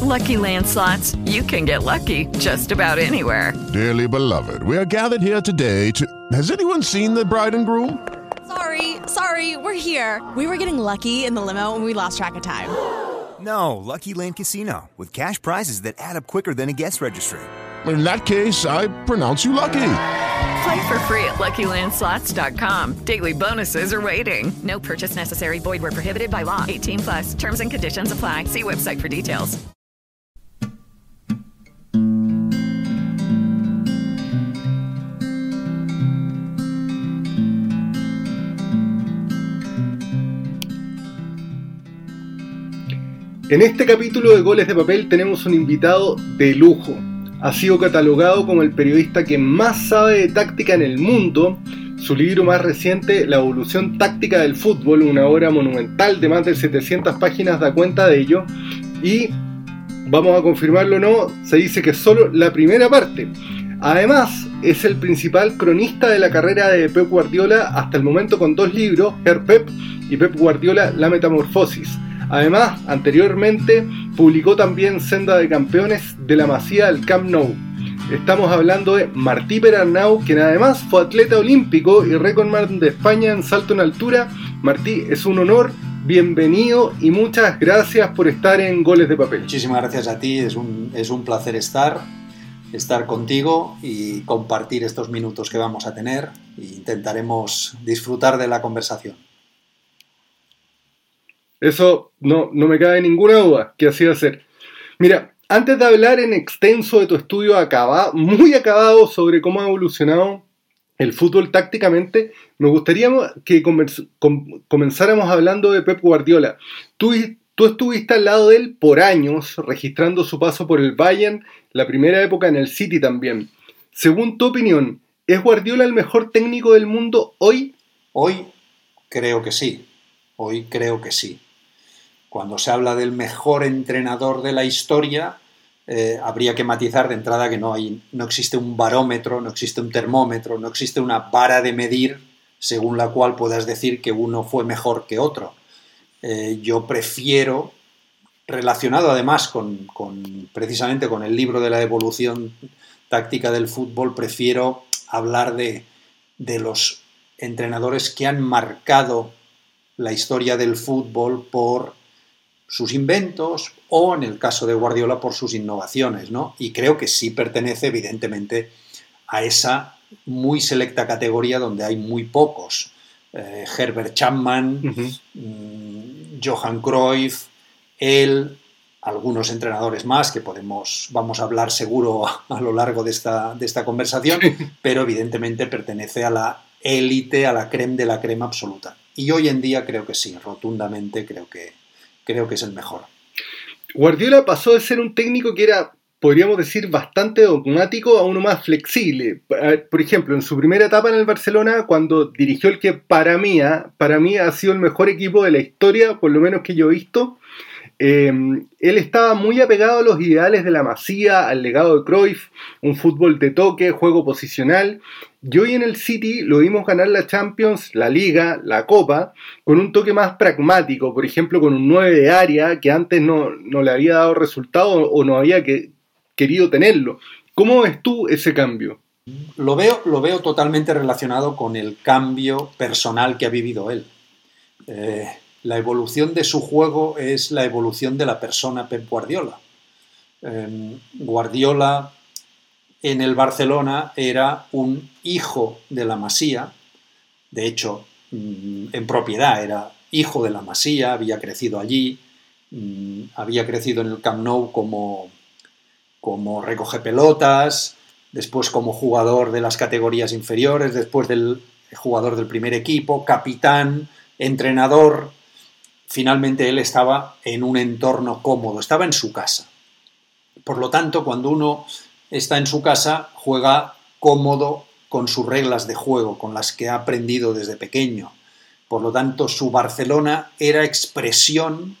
Lucky Land Slots, you can get lucky just about anywhere. Dearly beloved, we are gathered here today to... Has anyone seen the bride and groom? Sorry, we're here. We were getting lucky in the limo and we lost track of time. No, Lucky Land Casino, with cash prizes that add up quicker than a guest registry. In that case, I pronounce you lucky. Play for free at LuckyLandSlots.com. Daily bonuses are waiting. No purchase necessary. Void where prohibited by law. 18+. Terms and conditions apply. See website for details. En este capítulo de Goles de Papel tenemos un invitado de lujo. Ha sido catalogado como el periodista que más sabe de táctica en el mundo. Su libro más reciente, La evolución táctica del fútbol, una obra monumental de más de 700 páginas, da cuenta de ello. Y, vamos a confirmarlo o no, se dice que es solo la primera parte. Además, es el principal cronista de la carrera de Pep Guardiola hasta el momento, con 2 libros, Herr Pep y Pep Guardiola, La Metamorfosis. Además, anteriormente publicó también Senda de Campeones, de la Masía al Camp Nou. Estamos hablando de Martí Perarnau, quien además fue atleta olímpico y récordman de España en salto en altura. Martí, es un honor, bienvenido y muchas gracias por estar en Goles de Papel. Muchísimas gracias a ti, es un placer estar contigo y compartir estos minutos que vamos a tener e intentaremos disfrutar de la conversación. Eso no me cabe ninguna duda que así va a ser. Mira, antes de hablar en extenso de tu estudio muy acabado sobre cómo ha evolucionado el fútbol tácticamente, me gustaría que comenzáramos hablando de Pep Guardiola. Tú estuviste al lado de él por años, registrando su paso por el Bayern, la primera época en el City también. Según tu opinión, ¿es Guardiola el mejor técnico del mundo hoy? Hoy creo que sí. Cuando se habla del mejor entrenador de la historia, habría que matizar de entrada que no existe un barómetro, no existe un termómetro, no existe una vara de medir según la cual puedas decir que uno fue mejor que otro. Yo prefiero, relacionado además precisamente con el libro de la evolución táctica del fútbol, prefiero hablar de los entrenadores que han marcado la historia del fútbol por sus inventos o, en el caso de Guardiola, por sus innovaciones, ¿no? Y creo que sí pertenece, evidentemente, a esa muy selecta categoría donde hay muy pocos. Herbert Chapman, Johan Cruyff, él, algunos entrenadores más que vamos a hablar seguro a lo largo de esta conversación, pero evidentemente pertenece a la élite, a la crème de la crème absoluta. Y hoy en día creo que sí, rotundamente creo que es el mejor. Guardiola pasó de ser un técnico que era, podríamos decir, bastante dogmático a uno más flexible. Por ejemplo, en su primera etapa en el Barcelona, cuando dirigió el que para mí ha sido el mejor equipo de la historia, por lo menos que yo he visto, él estaba muy apegado a los ideales de la Masía, al legado de Cruyff, un fútbol de toque, juego posicional. Y hoy en el City lo vimos ganar la Champions, la Liga, la Copa, con un toque más pragmático, por ejemplo con un 9 de área que antes no le había dado resultado o no había querido tenerlo. ¿Cómo ves tú ese cambio? Lo veo totalmente relacionado con el cambio personal que ha vivido él. La evolución de su juego es la evolución de la persona Pep Guardiola. Guardiola en el Barcelona era un hijo de la Masía, de hecho, en propiedad era hijo de la Masía, había crecido allí, había crecido en el Camp Nou como recogepelotas, después como jugador de las categorías inferiores, después del jugador del primer equipo, capitán, entrenador. Finalmente él estaba en un entorno cómodo, estaba en su casa. Por lo tanto, cuando uno está en su casa, juega cómodo con sus reglas de juego, con las que ha aprendido desde pequeño. Por lo tanto, su Barcelona era expresión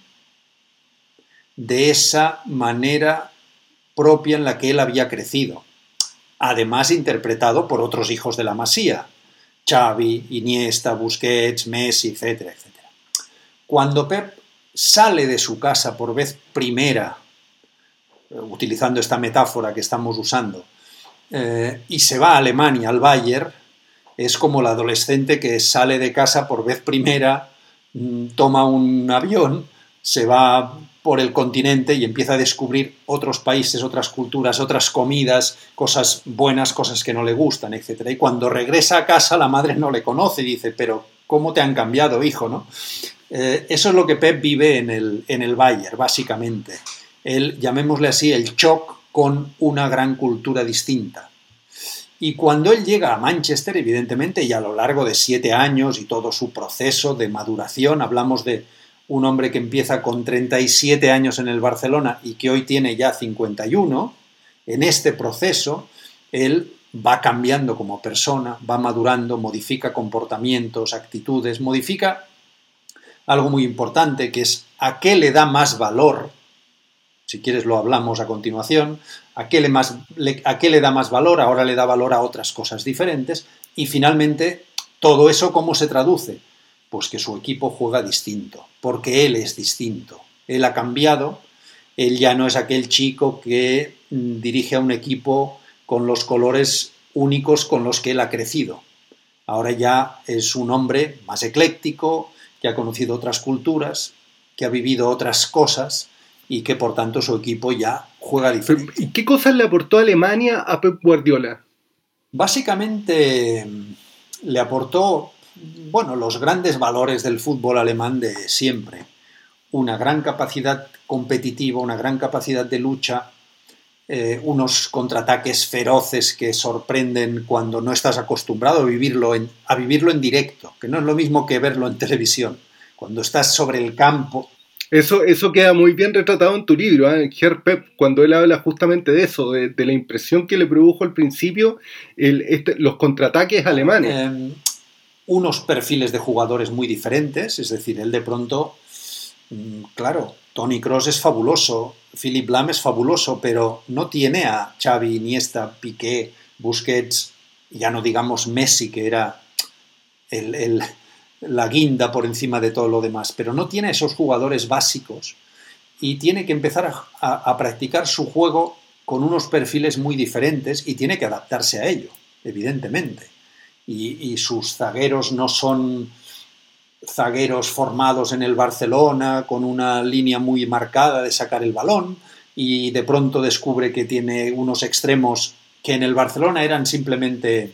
de esa manera propia en la que él había crecido. Además, interpretado por otros hijos de la Masía, Xavi, Iniesta, Busquets, Messi, etcétera, etcétera. Cuando Pep sale de su casa por vez primera utilizando esta metáfora que estamos usando, y se va a Alemania, al Bayern, es como el adolescente que sale de casa por vez primera, toma un avión, se va por el continente y empieza a descubrir otros países, otras culturas, otras comidas, cosas buenas, cosas que no le gustan, etc. Y cuando regresa a casa la madre no le conoce y dice, pero ¿cómo te han cambiado, hijo? ¿No? Eso es lo que Pep vive en el Bayern, básicamente. Llamémosle así, el shock con una gran cultura distinta. Y cuando él llega a Manchester, evidentemente, y a lo largo de 7 años y todo su proceso de maduración, hablamos de un hombre que empieza con 37 años en el Barcelona y que hoy tiene ya 51, en este proceso él va cambiando como persona, va madurando, modifica comportamientos, actitudes, modifica algo muy importante, que es a qué le da más valor. Si quieres lo hablamos a continuación. ¿A qué le da más valor? Ahora le da valor a otras cosas diferentes. Y finalmente, todo eso, ¿cómo se traduce? Pues que su equipo juega distinto, porque él es distinto. Él ha cambiado, él ya no es aquel chico que dirige a un equipo con los colores únicos con los que él ha crecido. Ahora ya es un hombre más ecléctico, que ha conocido otras culturas, que ha vivido otras cosas, y que por tanto su equipo ya juega diferente. ¿Y qué cosas le aportó Alemania a Pep Guardiola? Básicamente le aportó, los grandes valores del fútbol alemán de siempre. Una gran capacidad competitiva, una gran capacidad de lucha, unos contraataques feroces que sorprenden cuando no estás acostumbrado a vivirlo en directo, que no es lo mismo que verlo en televisión. Cuando estás sobre el campo... Eso queda muy bien retratado en tu libro, Herr Pep, cuando él habla justamente de eso, de la impresión que le produjo al principio los contraataques alemanes. Unos perfiles de jugadores muy diferentes, es decir, él de pronto, claro, Toni Kroos es fabuloso, Philipp Lahm es fabuloso, pero no tiene a Xavi, Iniesta, Piqué, Busquets, ya no digamos Messi, que era la guinda por encima de todo lo demás, pero no tiene esos jugadores básicos y tiene que empezar a practicar su juego con unos perfiles muy diferentes y tiene que adaptarse a ello, evidentemente. Y sus zagueros no son zagueros formados en el Barcelona con una línea muy marcada de sacar el balón, y de pronto descubre que tiene unos extremos que en el Barcelona eran simplemente...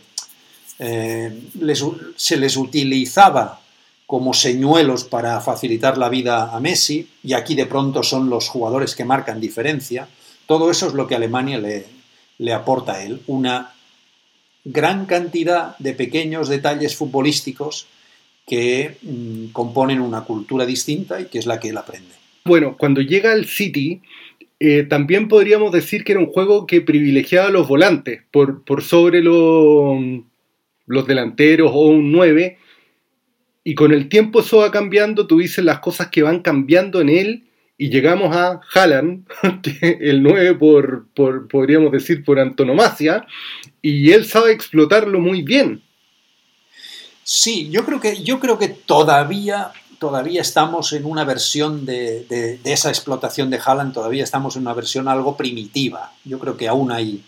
se les utilizaba como señuelos para facilitar la vida a Messi, y aquí de pronto son los jugadores que marcan diferencia. Todo eso es lo que Alemania le aporta a él, una gran cantidad de pequeños detalles futbolísticos que componen una cultura distinta y que es la que él aprende. Bueno, cuando llega al City, también podríamos decir que era un juego que privilegiaba a los volantes por sobre los delanteros o un 9, y con el tiempo eso va cambiando. Tú dices las cosas que van cambiando en él y llegamos a Haaland, el 9 podríamos decir por antonomasia, y él sabe explotarlo muy bien. Sí, yo creo que todavía estamos en una versión de esa explotación de Haaland, todavía estamos en una versión algo primitiva. Yo creo que aún hay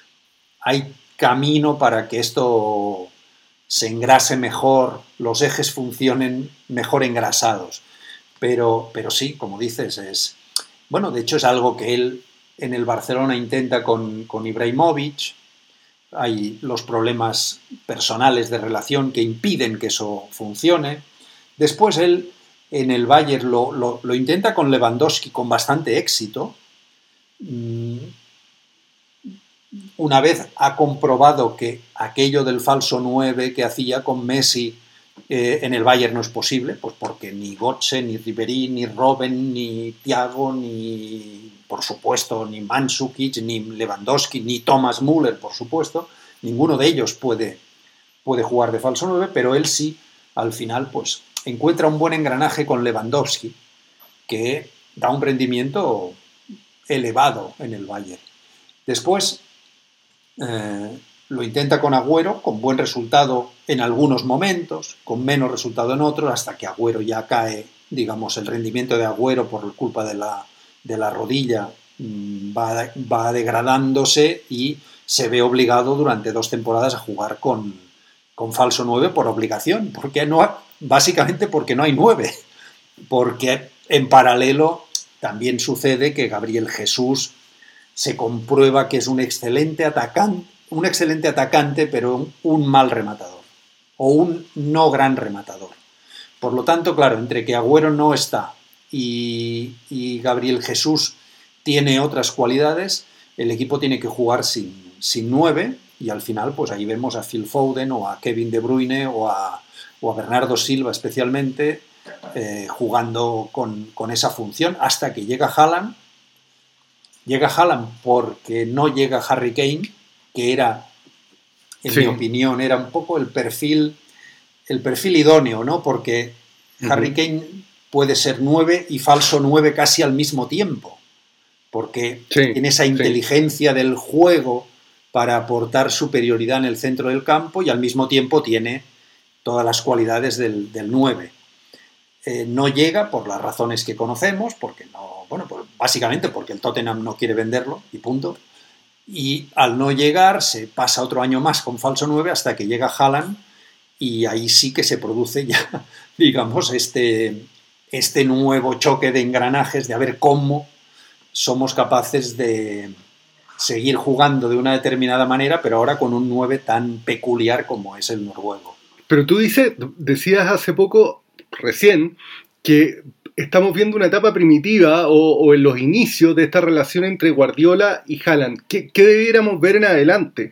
camino para que esto se engrase mejor, los ejes funcionen mejor engrasados. Pero sí, como dices, de hecho es algo que él en el Barcelona intenta con Ibrahimovic. Hay los problemas personales de relación que impiden que eso funcione. Después él en el Bayern lo intenta con Lewandowski con bastante éxito. Una vez ha comprobado que aquello del falso 9 que hacía con Messi en el Bayern no es posible, pues porque ni Götze, ni Ribéry, ni Robben, ni Thiago, ni por supuesto ni Mandzukic, ni Lewandowski, ni Thomas Müller, por supuesto, ninguno de ellos puede jugar de falso 9, pero él sí, al final, pues encuentra un buen engranaje con Lewandowski, que da un rendimiento elevado en el Bayern. Después lo intenta con Agüero, con buen resultado en algunos momentos, con menos resultado en otros, hasta que Agüero ya cae, digamos, el rendimiento de Agüero por culpa de la rodilla va degradándose y se ve obligado durante 2 temporadas a jugar con falso 9 por obligación, básicamente porque no hay 9, porque en paralelo también sucede que Gabriel Jesús se comprueba que es un excelente atacante, pero un mal rematador, o un no gran rematador. Por lo tanto, claro, entre que Agüero no está y Gabriel Jesús tiene otras cualidades, el equipo tiene que jugar sin 9, y al final pues ahí vemos a Phil Foden o a Kevin De Bruyne o a Bernardo Silva especialmente jugando con esa función, hasta que llega Haaland. Llega Haaland porque no llega Harry Kane, que era, en mi opinión, era un poco el perfil idóneo, ¿no? Porque Harry Kane puede ser 9 y falso 9 casi al mismo tiempo, porque tiene esa inteligencia del juego para aportar superioridad en el centro del campo y al mismo tiempo tiene todas las cualidades del 9. No llega por las razones que conocemos, porque no, pues básicamente porque el Tottenham no quiere venderlo y punto. Y al no llegar se pasa otro año más con falso 9 hasta que llega Haaland, y ahí sí que se produce ya, digamos, este nuevo choque de engranajes de a ver cómo somos capaces de seguir jugando de una determinada manera, pero ahora con un 9 tan peculiar como es el noruego. Pero tú decías hace poco, recién, que estamos viendo una etapa primitiva o en los inicios de esta relación entre Guardiola y Haaland. ¿Qué debiéramos ver en adelante?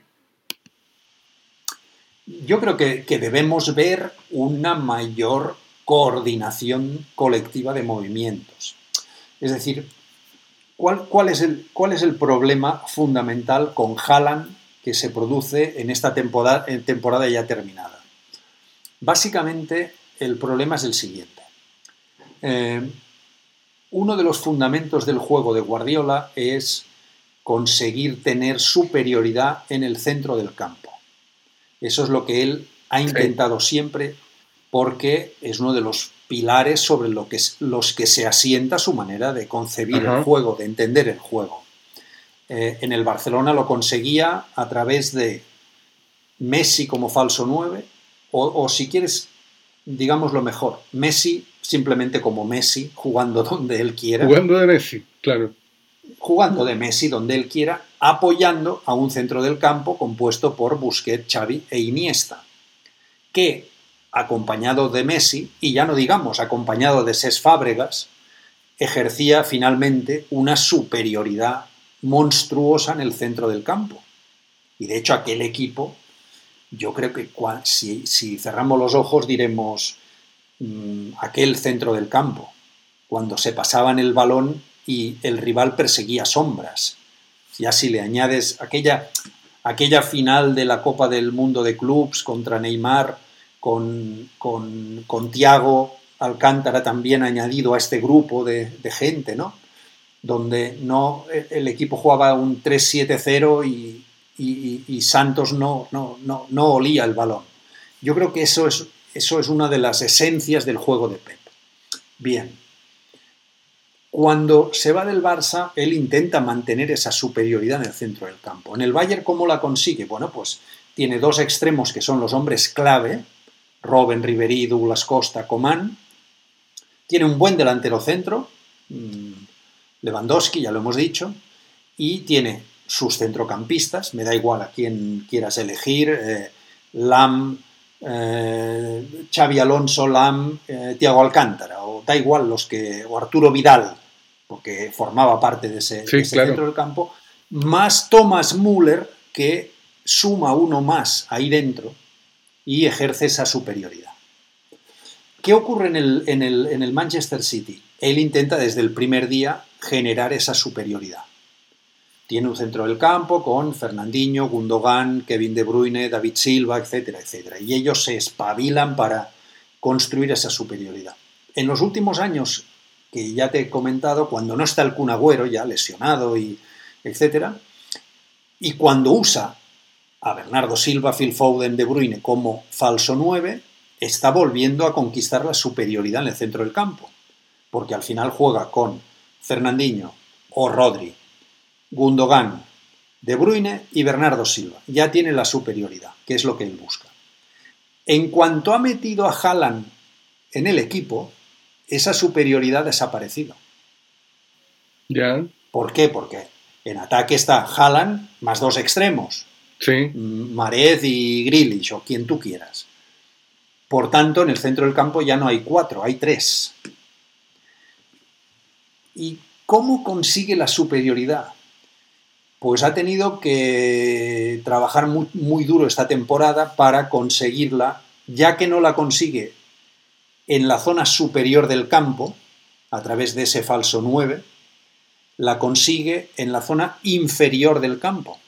Yo creo que debemos ver una mayor coordinación colectiva de movimientos. Es decir, ¿cuál es el problema fundamental con Haaland que se produce en esta temporada ya terminada? Básicamente, el problema es el siguiente. Uno de los fundamentos del juego de Guardiola es conseguir tener superioridad en el centro del campo. Eso es lo que él ha intentado siempre, porque es uno de los pilares sobre los que se asienta su manera de concebir el juego, de entender el juego. En el Barcelona lo conseguía a través de Messi como falso 9, o si quieres, digamos lo mejor, Messi simplemente como Messi, jugando donde él quiera. Jugando de Messi, claro. Jugando de Messi donde él quiera, apoyando a un centro del campo compuesto por Busquets, Xavi e Iniesta, que, acompañado de Messi, y ya no digamos acompañado de Cesc Fábregas, ejercía finalmente una superioridad monstruosa en el centro del campo. Y de hecho aquel equipo, yo creo que si cerramos los ojos diremos aquel centro del campo, cuando se pasaban el balón y el rival perseguía sombras. Ya si le añades aquella final de la Copa del Mundo de Clubs contra Neymar, con Thiago Alcántara también añadido a este grupo de gente, ¿no? Donde el equipo jugaba un 3-7-0 y Santos no olía el balón. Yo creo que eso es una de las esencias del juego de Pep. Bien. Cuando se va del Barça, él intenta mantener esa superioridad en el centro del campo. En el Bayern, ¿cómo la consigue? Bueno, pues tiene 2 extremos que son los hombres clave, Robben, Ribéry, Douglas Costa, Coman. Tiene un buen delantero centro, Lewandowski, ya lo hemos dicho, y tiene sus centrocampistas, me da igual a quién quieras elegir, Lam, Xavi Alonso, Lam, Thiago Alcántara, o da igual o Arturo Vidal, porque formaba parte de ese centro del campo, más Thomas Müller, que suma uno más ahí dentro y ejerce esa superioridad. ¿Qué ocurre en el Manchester City? Él intenta desde el primer día generar esa superioridad. Tiene un centro del campo con Fernandinho, Gundogan, Kevin De Bruyne, David Silva, etcétera, etcétera. Y ellos se espabilan para construir esa superioridad. En los últimos años, que ya te he comentado, cuando no está el Kun Agüero, ya lesionado, etcétera, y cuando usa a Bernardo Silva, Phil Foden, De Bruyne como falso 9, está volviendo a conquistar la superioridad en el centro del campo. Porque al final juega con Fernandinho o Rodri Gundogan, De Bruyne y Bernardo Silva. Ya tiene la superioridad, que es lo que él busca. En cuanto ha metido a Haaland en el equipo, esa superioridad ha desaparecido. Ya. ¿Por qué? Porque en ataque está Haaland más 2 extremos. Sí. Mahrez y Grealish, o quien tú quieras. Por tanto, en el centro del campo ya no hay 4, hay 3. ¿Y cómo consigue la superioridad? Pues ha tenido que trabajar muy, muy duro esta temporada para conseguirla, ya que no la consigue en la zona superior del campo, a través de ese falso 9, la consigue en la zona inferior del campo.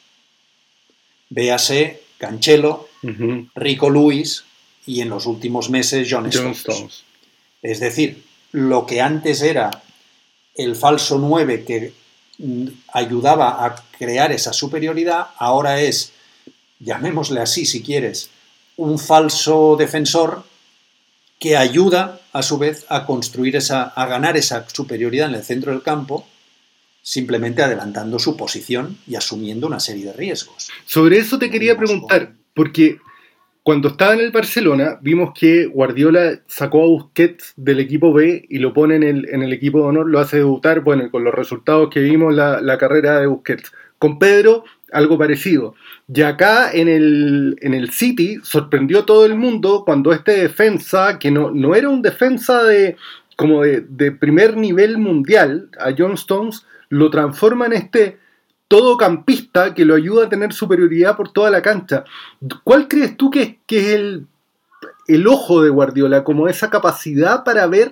Véase Cancelo, Rico Lewis y en los últimos meses John Stones. Es decir, lo que antes era el falso 9 que ayudaba a crear esa superioridad, ahora es, llamémosle así si quieres, un falso defensor que ayuda a su vez a construir a ganar esa superioridad en el centro del campo, simplemente adelantando su posición y asumiendo una serie de riesgos. Sobre eso te quería preguntar, porque cuando estaba en el Barcelona vimos que Guardiola sacó a Busquets del equipo B y lo pone en el equipo de honor, lo hace debutar, bueno, y con los resultados que vimos la carrera de Busquets. Con Pedro, algo parecido. Y acá en el City sorprendió a todo el mundo cuando este defensa, que no era un defensa de primer nivel mundial, a John Stones, lo transforma en este todocampista que lo ayuda a tener superioridad por toda la cancha. ¿Cuál crees tú que es el ojo de Guardiola, como esa capacidad para ver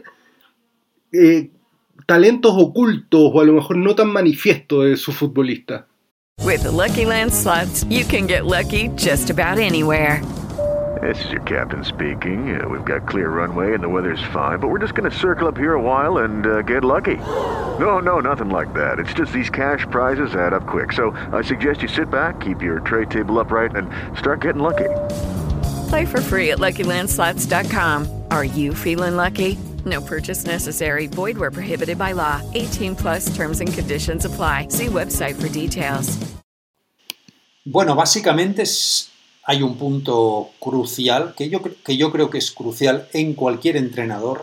talentos ocultos o a lo mejor no tan manifiestos de su futbolista? With the Lucky Land Slots, you can get lucky just about anywhere. This is your captain speaking. We've got clear runway and the weather's fine, but we're just going to circle up here a while and get lucky. No, nothing like that. It's just these cash prizes add up quick. So I suggest you sit back, keep your tray table upright, and start getting lucky. Play for free at LuckyLandSlots.com. Are you feeling lucky? No purchase necessary. Void where prohibited by law. 18+ terms and conditions apply. See website for details. Bueno, básicamente hay un punto crucial, que yo creo que es crucial en cualquier entrenador.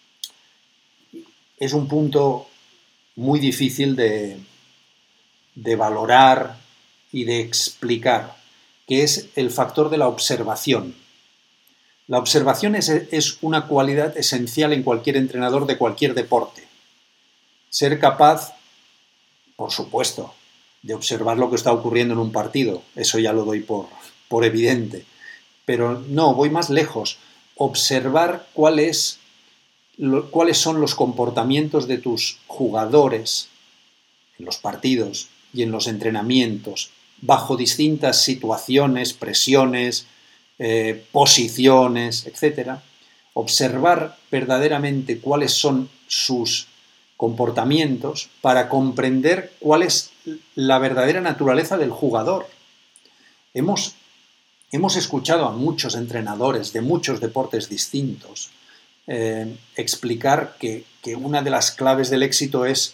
Es un punto muy difícil de valorar y de explicar, que es el factor de la observación. La observación es una cualidad esencial en cualquier entrenador de cualquier deporte. Ser capaz, por supuesto, de observar lo que está ocurriendo en un partido, eso ya lo doy por evidente, pero no, voy más lejos. Observar cuáles son los comportamientos de tus jugadores en los partidos y en los entrenamientos, bajo distintas situaciones, presiones, posiciones, etc. Observar verdaderamente cuáles son sus comportamientos para comprender cuál es la verdadera naturaleza del jugador. Hemos escuchado a muchos entrenadores de muchos deportes distintos explicar que una de las claves del éxito es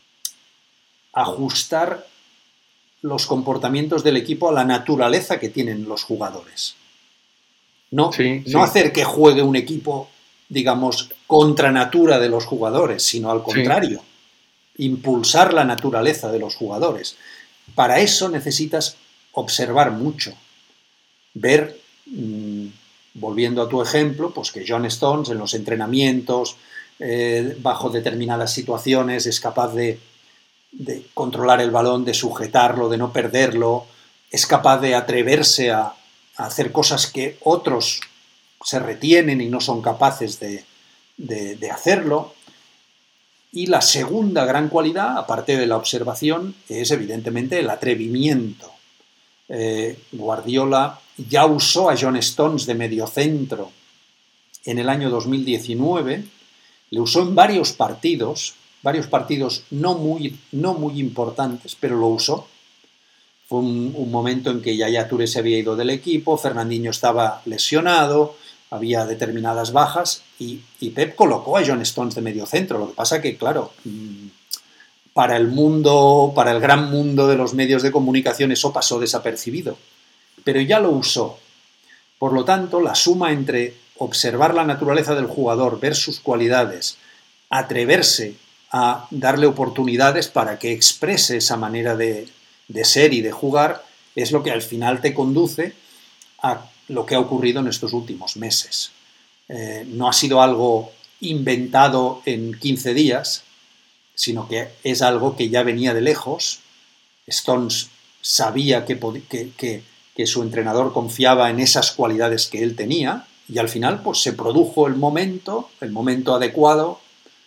ajustar los comportamientos del equipo a la naturaleza que tienen los jugadores. No hacer que juegue un equipo, digamos, contra natura de los jugadores, sino al contrario, impulsar la naturaleza de los jugadores. Para eso necesitas observar mucho, ver, volviendo a tu ejemplo, pues que John Stones en los entrenamientos, bajo determinadas situaciones, es capaz de controlar el balón, de sujetarlo, de no perderlo, es capaz de atreverse a hacer cosas que otros se retienen y no son capaces de hacerlo. Y la segunda gran cualidad, aparte de la observación, es evidentemente el atrevimiento. Guardiola ya usó a John Stones de mediocentro en el año 2019, le usó en varios partidos no muy importantes, pero lo usó. Fue un momento en que Yaya Touré se había ido del equipo, Fernandinho estaba lesionado, había determinadas bajas y Pep colocó a John Stones de mediocentro. Lo que pasa que, claro, para el mundo, para el gran mundo de los medios de comunicación, eso pasó desapercibido. Pero ya lo usó. Por lo tanto, la suma entre observar la naturaleza del jugador, ver sus cualidades, atreverse a darle oportunidades para que exprese esa manera de ser y de jugar, es lo que al final te conduce a lo que ha ocurrido en estos últimos meses. No ha sido algo inventado en 15 días, sino que es algo que ya venía de lejos. Stones sabía que su entrenador confiaba en esas cualidades que él tenía, y al final pues se produjo el momento adecuado,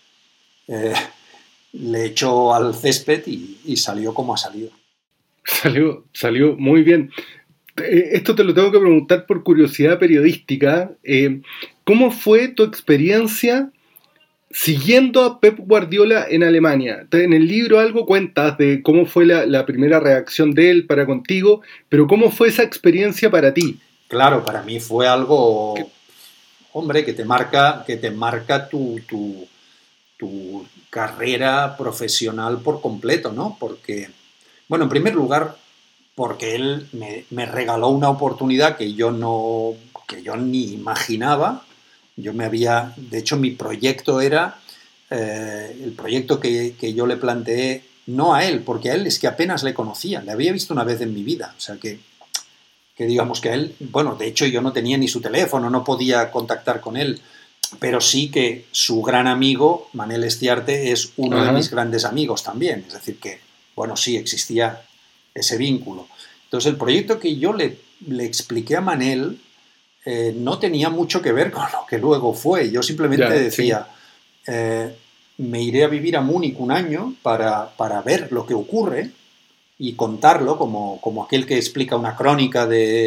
le echó al césped y salió como ha salido. Salió muy bien. Esto te lo tengo que preguntar por curiosidad periodística. ¿Cómo fue tu experiencia siguiendo a Pep Guardiola en Alemania? En el libro algo cuentas de cómo fue la primera reacción de él para contigo, pero ¿cómo fue esa experiencia para ti? Claro, para mí fue algo, hombre, que te marca tu carrera profesional por completo, ¿no? Porque, bueno, en primer lugar, porque él me regaló una oportunidad que yo ni imaginaba. De hecho, mi proyecto era, el proyecto que yo le planteé, no a él, porque a él es que apenas le conocía, le había visto una vez en mi vida, o sea que digamos que a él, bueno, de hecho yo no tenía ni su teléfono, no podía contactar con él, pero sí que su gran amigo, Manel Estiarte, es uno de mis grandes amigos también, es decir que, bueno, sí, existía ese vínculo. Entonces el proyecto que yo le expliqué a Manel no tenía mucho que ver con lo que luego fue. Yo simplemente decía, me iré a vivir a Múnich un año para ver lo que ocurre y contarlo como aquel que explica una crónica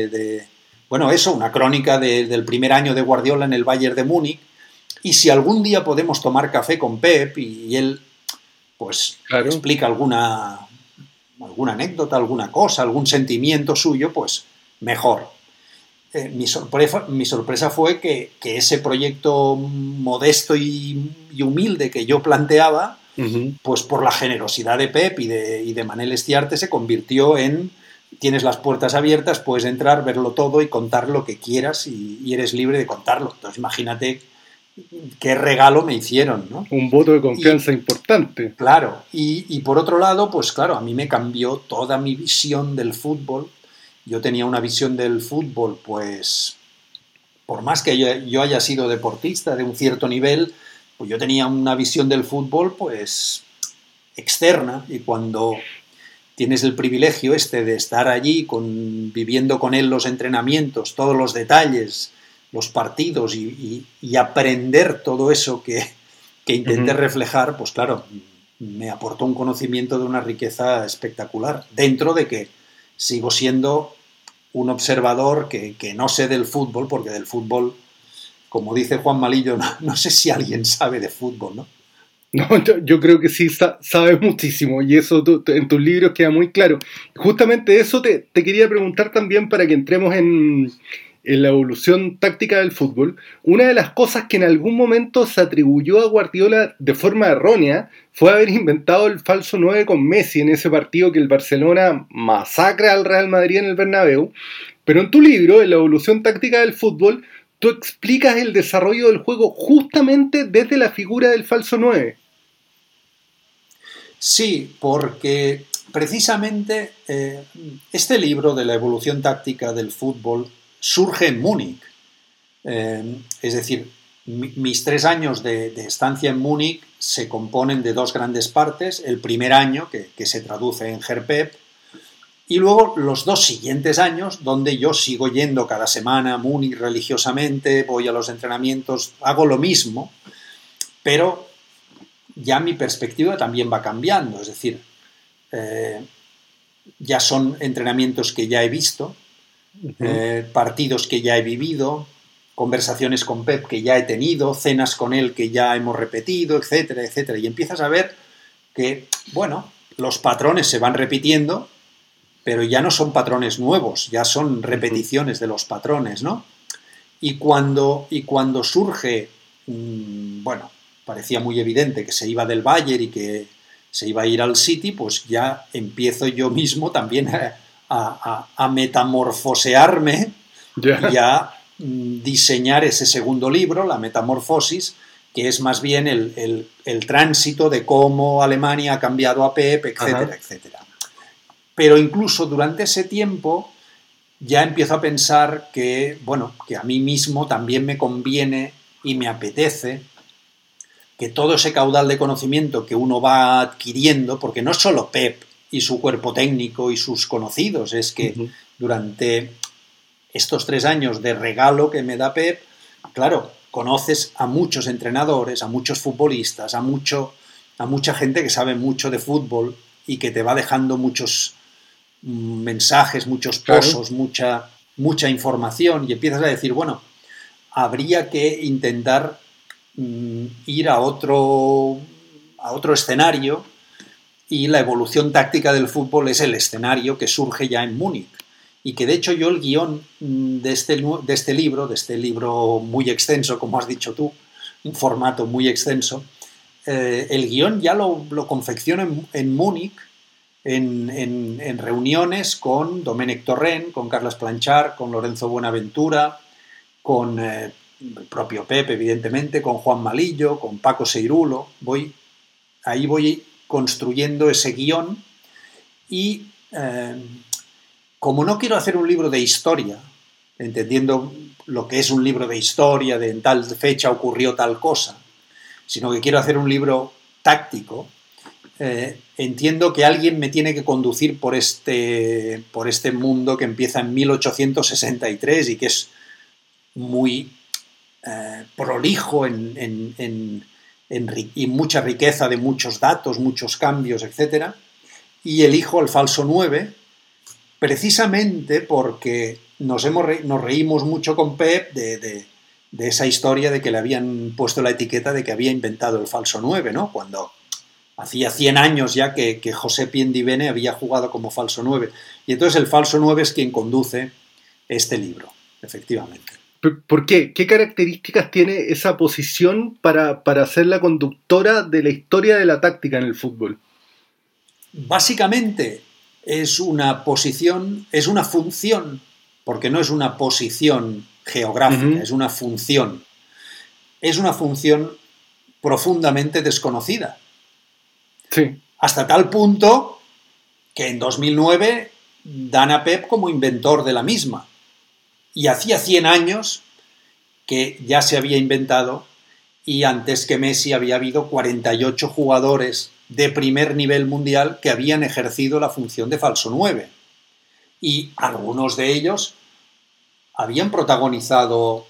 una crónica del primer año de Guardiola en el Bayern de Múnich, y si algún día podemos tomar café con Pep y él pues explica alguna anécdota, alguna cosa, algún sentimiento suyo, pues mejor. Mi sorpresa fue que ese proyecto modesto y humilde que yo planteaba, pues por la generosidad de Pep y de Manel Estiarte se convirtió en: tienes las puertas abiertas, puedes entrar, verlo todo y contar lo que quieras y eres libre de contarlo. Entonces imagínate qué regalo me hicieron, ¿no? Un voto de confianza importante. Claro, y por otro lado, pues claro, a mí me cambió toda mi visión del fútbol. Yo tenía una visión del fútbol, pues, por más que yo haya sido deportista de un cierto nivel, pues yo tenía una visión del fútbol, pues, externa, y cuando tienes el privilegio de estar allí viviendo con él los entrenamientos, todos los detalles, los partidos y aprender todo eso que intenté reflejar, pues claro, me aportó un conocimiento de una riqueza espectacular, dentro de que sigo siendo un observador que no sé del fútbol, porque del fútbol, como dice Juan Malillo, no sé si alguien sabe de fútbol, ¿no? No, yo creo que sí sabes muchísimo, y eso en tus libros queda muy claro. Justamente eso te quería preguntar también, para que entremos en la evolución táctica del fútbol. Una de las cosas que en algún momento se atribuyó a Guardiola de forma errónea fue haber inventado el falso 9 con Messi en ese partido que el Barcelona masacra al Real Madrid en el Bernabéu. Pero en tu libro, en la evolución táctica del fútbol, tú explicas el desarrollo del juego justamente desde la figura del falso 9. Sí, porque precisamente este libro de la evolución táctica del fútbol surge en Múnich. Es decir, mis 3 años de estancia en Múnich se componen de 2 grandes partes. El primer año, que se traduce en Herr-Pep, y luego los 2 siguientes años, donde yo sigo yendo cada semana a Múnich religiosamente, voy a los entrenamientos, hago lo mismo, pero ya mi perspectiva también va cambiando. Es decir, ya son entrenamientos que ya he visto, partidos que ya he vivido, conversaciones con Pep que ya he tenido, cenas con él que ya hemos repetido, etcétera, etcétera. Y empiezas a ver que, bueno, los patrones se van repitiendo, pero ya no son patrones nuevos, ya son repeticiones de los patrones, ¿no? Y cuando surge, bueno, parecía muy evidente que se iba del Bayern y que se iba a ir al City, pues ya empiezo yo mismo también a metamorfosearme y a diseñar ese segundo libro, La Metamorfosis, que es más bien el tránsito de cómo Alemania ha cambiado a Pep, etcétera, etcétera. Pero incluso durante ese tiempo ya empiezo a pensar que, bueno, que a mí mismo también me conviene y me apetece que todo ese caudal de conocimiento que uno va adquiriendo, porque no es solo Pep y su cuerpo técnico y sus conocidos, es que durante estos 3 años de regalo que me da Pep, claro, conoces a muchos entrenadores, a muchos futbolistas, a mucha gente que sabe mucho de fútbol y que te va dejando muchos mensajes, muchos pozos, mucha información, y empiezas a decir, bueno, habría que intentar ir a otro escenario, y la evolución táctica del fútbol es el escenario que surge ya en Múnich. Y que de hecho yo el guión de este libro muy extenso, como has dicho tú, un formato muy extenso, el guión ya lo confecciono en Múnich, en reuniones con Domènec Torrent, con Carles Planchart, con Lorenzo Buenaventura, con el propio Pep, evidentemente, con Juan Malillo, con Paco Seirulo. Ahí voy construyendo ese guión y... como no quiero hacer un libro de historia, entendiendo lo que es un libro de historia, de en tal fecha ocurrió tal cosa, sino que quiero hacer un libro táctico, entiendo que alguien me tiene que conducir por este mundo que empieza en 1863 y que es muy prolijo y mucha riqueza de muchos datos, muchos cambios, etc. Y elijo el falso 9, precisamente porque nos reímos mucho con Pep de esa historia de que le habían puesto la etiqueta de que había inventado el falso 9, ¿no? Cuando hacía 100 años ya que José Piendivene había jugado como falso 9. Y entonces el falso 9 es quien conduce este libro, efectivamente. ¿Por qué? ¿Qué características tiene esa posición para ser la conductora de la historia de la táctica en el fútbol? Básicamente es una función, porque no es una posición geográfica, es una función. Es una función profundamente desconocida. Sí. Hasta tal punto que en 2009 dan a Pep como inventor de la misma. Y hacía 100 años que ya se había inventado, y antes que Messi había habido 48 jugadores de primer nivel mundial que habían ejercido la función de falso 9. Y algunos de ellos habían protagonizado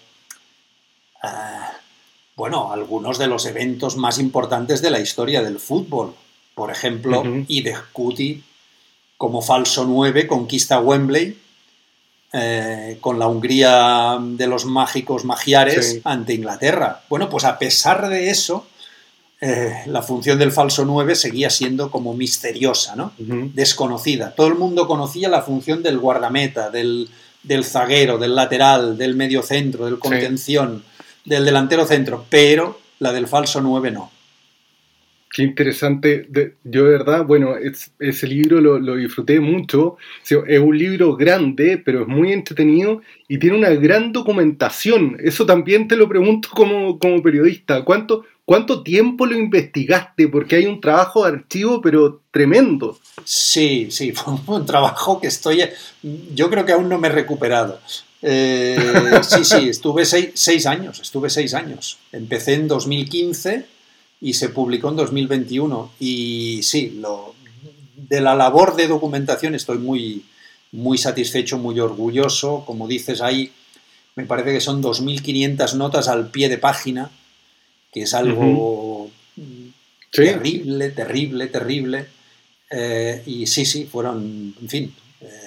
algunos de los eventos más importantes de la historia del fútbol. Por ejemplo, Ideh Kuti, como falso 9, conquista Wembley con la Hungría de los mágicos magiares ante Inglaterra. Bueno, pues a pesar de eso, la función del falso 9 seguía siendo como misteriosa, ¿no? Desconocida. Todo el mundo conocía la función del guardameta, del zaguero, del lateral, del mediocentro, del contención, del delantero centro, pero la del falso 9 no. Qué interesante. Yo de verdad, bueno, ese libro lo disfruté mucho. Es un libro grande, pero es muy entretenido y tiene una gran documentación. Eso también te lo pregunto como periodista. ¿Cuánto tiempo lo investigaste? Porque hay un trabajo de archivo, pero tremendo. Sí, fue un trabajo que yo creo que aún no me he recuperado. Sí, estuve 6 años. Empecé en 2015 y se publicó en 2021. Y sí, de la labor de documentación estoy muy, muy satisfecho, muy orgulloso. Como dices ahí, me parece que son 2.500 notas al pie de página, que es algo terrible. Y sí, fueron, en fin,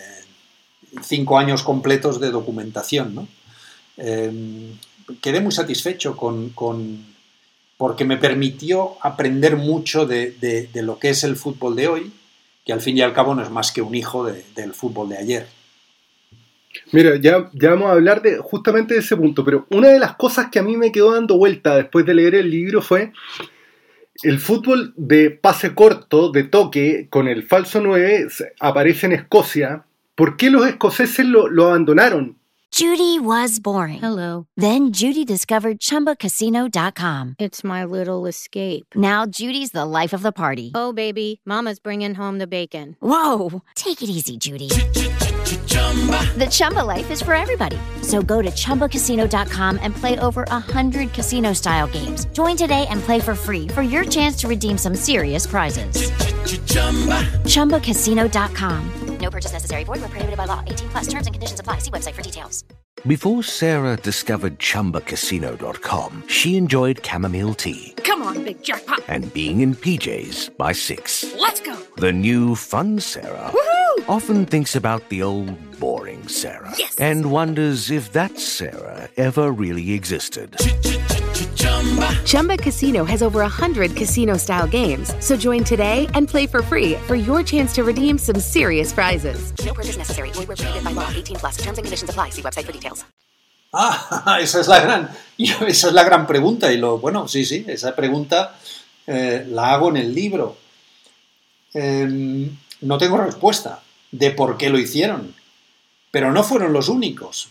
5 años completos de documentación, ¿no? Quedé muy satisfecho porque me permitió aprender mucho de lo que es el fútbol de hoy, que al fin y al cabo no es más que un hijo del fútbol de ayer. Mira, ya vamos a hablar justamente de ese punto, pero una de las cosas que a mí me quedó dando vuelta después de leer el libro fue El fútbol de pase corto, de toque, con el falso 9, aparece en Escocia. ¿Por qué los escoceses lo abandonaron? Judy was boring. Hello. Then Judy discovered ChumbaCasino.com. It's my little escape. Now Judy's the life of the party. Oh, baby, mama's bringing home the bacon. Whoa, take it easy, Judy. The Chumba life is for everybody. So go to ChumbaCasino.com and play over 100 casino-style games. Join today and play for free for your chance to redeem some serious prizes. ChumbaCasino.com. No purchase necessary. Void where prohibited by law. 18 plus terms and conditions apply. See website for details. Before Sarah discovered ChumbaCasino.com, she enjoyed chamomile tea. Come on, big jackpot. And being in PJs by 6. Let's go. The new fun Sarah often thinks about the old boring Sarah. Yes. And wonders if that Sarah ever really existed. Chumba Casino has over 100 casino-style games. So join today and play for free for your chance to redeem some serious prizes. No purchase necessary. Void where prohibited by law. 18 plus terms and conditions apply. See website for details. Esa es la gran pregunta. Y sí, esa pregunta la hago en el libro. No tengo respuesta de por qué lo hicieron, pero no fueron los únicos.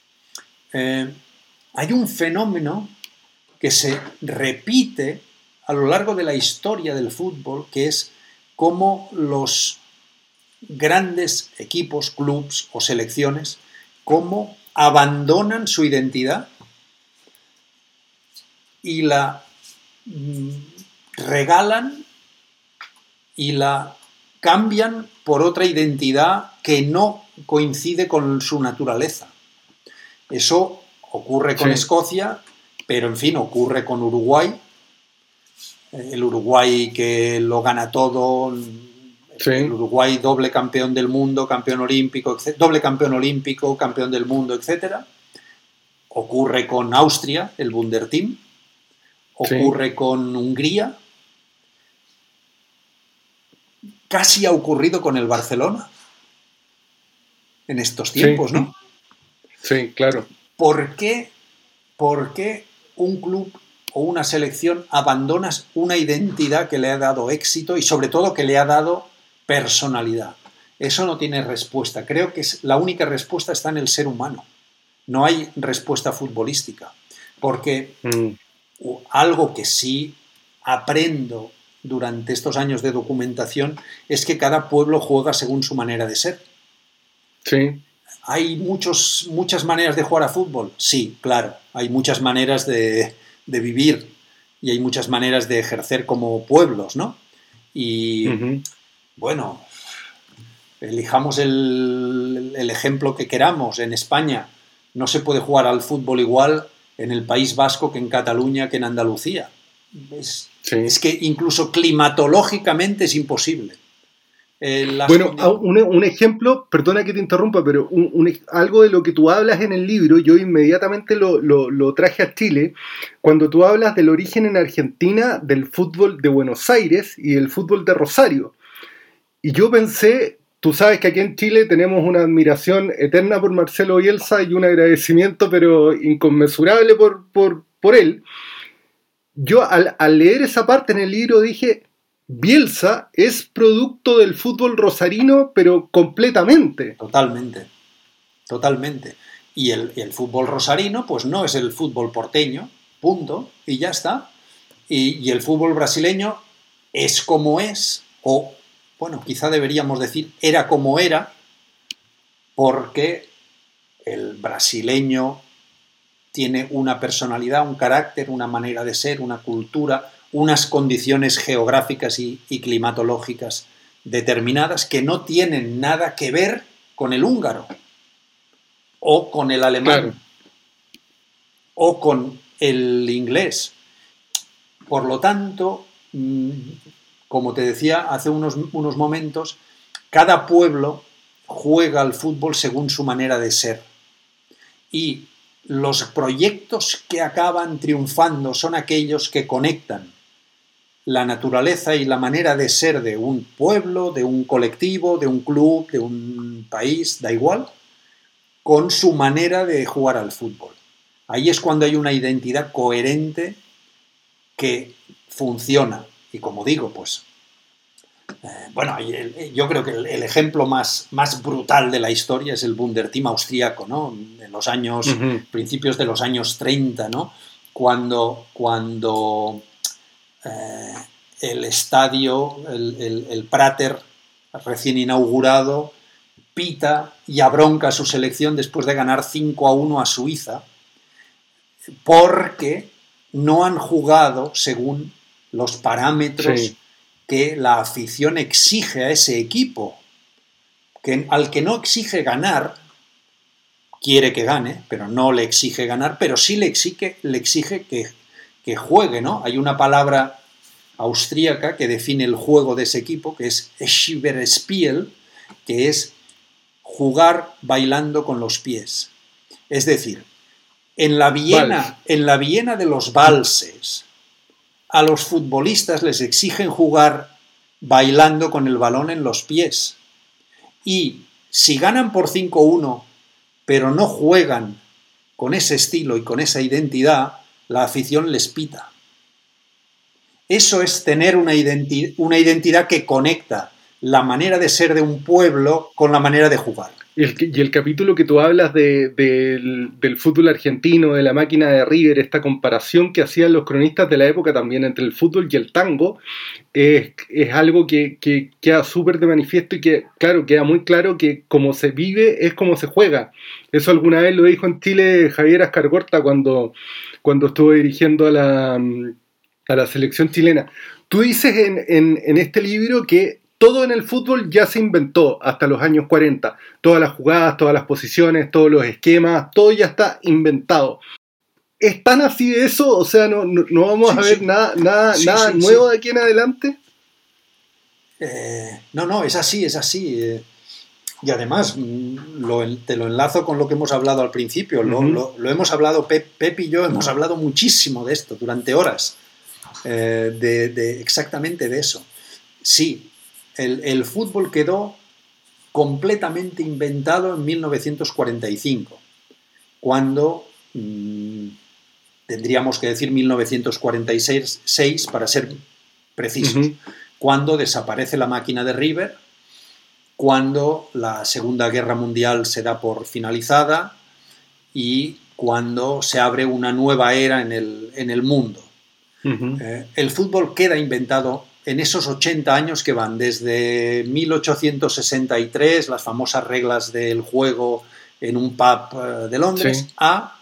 Hay un fenómeno que se repite a lo largo de la historia del fútbol, que es cómo los grandes equipos, clubs o selecciones, cómo abandonan su identidad y la regalan y la cambian por otra identidad que no coincide con su naturaleza. Eso ocurre con Escocia, pero en fin, ocurre con Uruguay. El Uruguay que lo gana todo, el Uruguay doble campeón del mundo, campeón olímpico, doble campeón olímpico, campeón del mundo, etc. Ocurre con Austria, el Wunderteam. Ocurre con Hungría. Casi ha ocurrido con el Barcelona en estos tiempos, ¿no? Sí, claro. ¿Por qué un club o una selección abandonas una identidad que le ha dado éxito y sobre todo que le ha dado personalidad? Eso no tiene respuesta. Creo que la única respuesta está en el ser humano. No hay respuesta futbolística. Porque algo que sí aprendo durante estos años de documentación es que cada pueblo juega según su manera de ser. Sí. ¿Hay muchas maneras de jugar a fútbol? Sí, claro. Hay muchas maneras de vivir y hay muchas maneras de ejercer como pueblos, ¿no? Y, bueno, elijamos el ejemplo que queramos. En España no se puede jugar al fútbol igual en el País Vasco que en Cataluña que en Andalucía. Es que incluso climatológicamente es imposible. Un ejemplo, perdona que te interrumpa, pero algo de lo que tú hablas en el libro, yo inmediatamente lo traje a Chile, cuando tú hablas del origen en Argentina del fútbol de Buenos Aires y del fútbol de Rosario. Y yo pensé, tú sabes que aquí en Chile tenemos una admiración eterna por Marcelo Bielsa y un agradecimiento pero inconmensurable por él. Yo al leer esa parte en el libro dije, Bielsa es producto del fútbol rosarino, pero completamente. Totalmente. Y el fútbol rosarino, pues no es el fútbol porteño, punto, y ya está. Y el fútbol brasileño es como es, o, bueno, quizá deberíamos decir, era como era, porque el brasileño tiene una personalidad, un carácter, una manera de ser, una cultura, unas condiciones geográficas y climatológicas determinadas que no tienen nada que ver con el húngaro o con el alemán o con el inglés. Por lo tanto, como te decía hace unos momentos, cada pueblo juega al fútbol según su manera de ser. Y los proyectos que acaban triunfando son aquellos que conectan la naturaleza y la manera de ser de un pueblo, de un colectivo, de un club, de un país, da igual, con su manera de jugar al fútbol. Ahí es cuando hay una identidad coherente que funciona. Y como digo, pues, bueno, yo creo que el ejemplo más brutal de la historia es el Wunderteam austríaco, ¿no? En los años, principios de los años 30, ¿no? Cuando el estadio, el Prater, recién inaugurado, pita y abronca a su selección después de ganar 5-1 a Suiza, porque no han jugado según los parámetros que la afición exige a ese equipo, al que no exige ganar, quiere que gane, pero no le exige ganar, pero sí le exige que juegue, ¿no? Hay una palabra austríaca que define el juego de ese equipo, que es Schieberspiel, que es jugar bailando con los pies. Es decir, en la Viena de los valses, a los futbolistas les exigen jugar bailando con el balón en los pies. Y si ganan por 5-1, pero no juegan con ese estilo y con esa identidad, la afición les pita. Eso es tener una identidad que conecta la manera de ser de un pueblo con la manera de jugar. Y el capítulo que tú hablas del fútbol argentino, de la máquina de River, esta comparación que hacían los cronistas de la época también entre el fútbol y el tango, es algo que queda súper de manifiesto y que, claro, queda muy claro que como se vive es como se juega. Eso alguna vez lo dijo en Chile Javier Ascargorta cuando estuvo dirigiendo a la selección chilena. Tú dices en este libro que todo en el fútbol ya se inventó hasta los años 40. Todas las jugadas, todas las posiciones, todos los esquemas, todo ya está inventado. ¿Es tan así de eso? O sea, ¿no vamos a ver nada nuevo de aquí en adelante? No, es así. Y además, te lo enlazo con lo que hemos hablado al principio. Lo hemos hablado, Pep y yo hemos hablado muchísimo de esto durante horas. Exactamente de eso. Sí. El fútbol quedó completamente inventado en 1945, cuando, tendríamos que decir 1946 para ser precisos, cuando desaparece la máquina de River, cuando la Segunda Guerra Mundial se da por finalizada y cuando se abre una nueva era en el mundo. El fútbol queda inventado en esos 80 años que van desde 1863, las famosas reglas del juego en un pub de Londres, a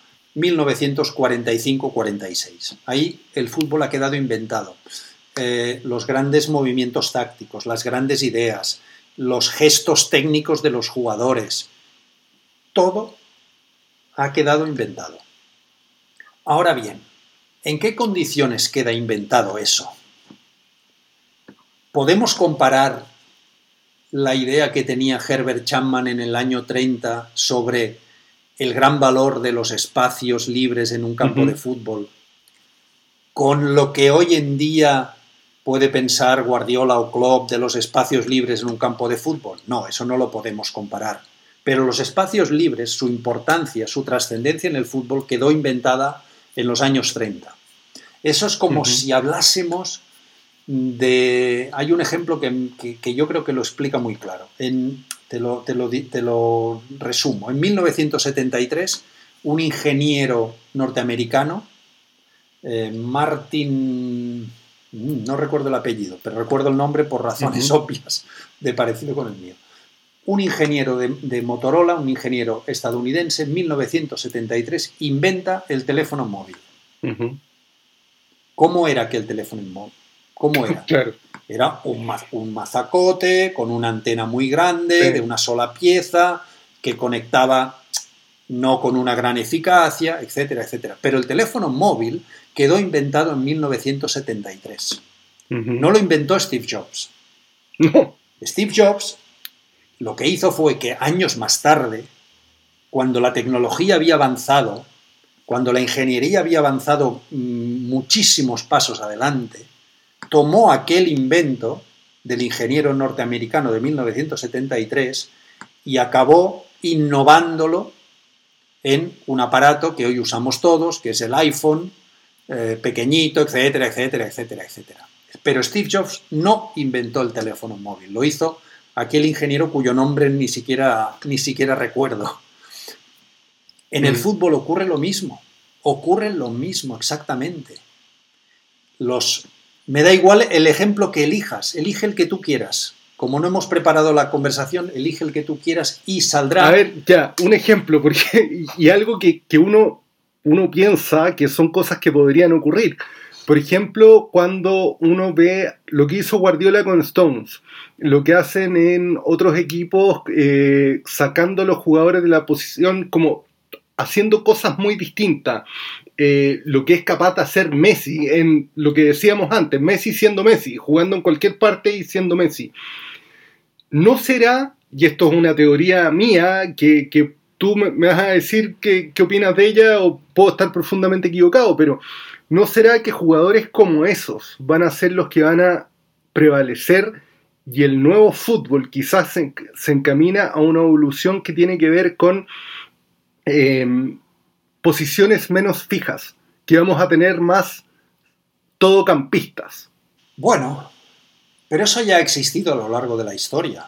1945-46. Ahí el fútbol ha quedado inventado. Los grandes movimientos tácticos, las grandes ideas, los gestos técnicos de los jugadores, todo ha quedado inventado. Ahora bien, ¿en qué condiciones queda inventado eso? ¿Podemos comparar la idea que tenía Herbert Chapman en el año 30 sobre el gran valor de los espacios libres en un campo de fútbol con lo que hoy en día puede pensar Guardiola o Klopp de los espacios libres en un campo de fútbol? No, eso no lo podemos comparar. Pero los espacios libres, su importancia, su trascendencia en el fútbol quedó inventada en los años 30. Eso es como si hablásemos hay un ejemplo que yo creo que lo explica muy claro. Te lo resumo. En 1973, un ingeniero norteamericano, Martin, no recuerdo el apellido, pero recuerdo el nombre por razones obvias de parecido con el mío. Un ingeniero de Motorola, un ingeniero estadounidense, en 1973 inventa el teléfono móvil. ¿Cómo era aquel teléfono móvil? ¿Cómo era? Claro. Era un mazacote con una antena muy grande, de una sola pieza, que conectaba no con una gran eficacia, etcétera, etcétera. Pero el teléfono móvil quedó inventado en 1973. No lo inventó Steve Jobs. No. Steve Jobs lo que hizo fue que años más tarde, cuando la tecnología había avanzado, cuando la ingeniería había avanzado muchísimos pasos adelante, tomó aquel invento del ingeniero norteamericano de 1973 y acabó innovándolo en un aparato que hoy usamos todos, que es el iPhone, pequeñito, etcétera, etcétera, etcétera, etcétera. Pero Steve Jobs no inventó el teléfono móvil, lo hizo aquel ingeniero cuyo nombre ni siquiera recuerdo. En el fútbol ocurre lo mismo exactamente. Me da igual el ejemplo que elijas, elige el que tú quieras. Como no hemos preparado la conversación, elige el que tú quieras y saldrá... A ver, ya, un ejemplo, porque y algo que uno piensa que son cosas que podrían ocurrir. Por ejemplo, cuando uno ve lo que hizo Guardiola con Stones, lo que hacen en otros equipos, sacando a los jugadores de la posición, como haciendo cosas muy distintas. Lo que es capaz de hacer Messi, en lo que decíamos antes, Messi siendo Messi, jugando en cualquier parte y siendo Messi. ¿No será, y esto es una teoría mía, que tú me vas a decir qué opinas de ella, o puedo estar profundamente equivocado, pero ¿no será que jugadores como esos van a ser los que van a prevalecer y el nuevo fútbol quizás se encamina a una evolución que tiene que ver con posiciones menos fijas, que vamos a tener más todocampistas? Bueno, pero eso ya ha existido a lo largo de la historia.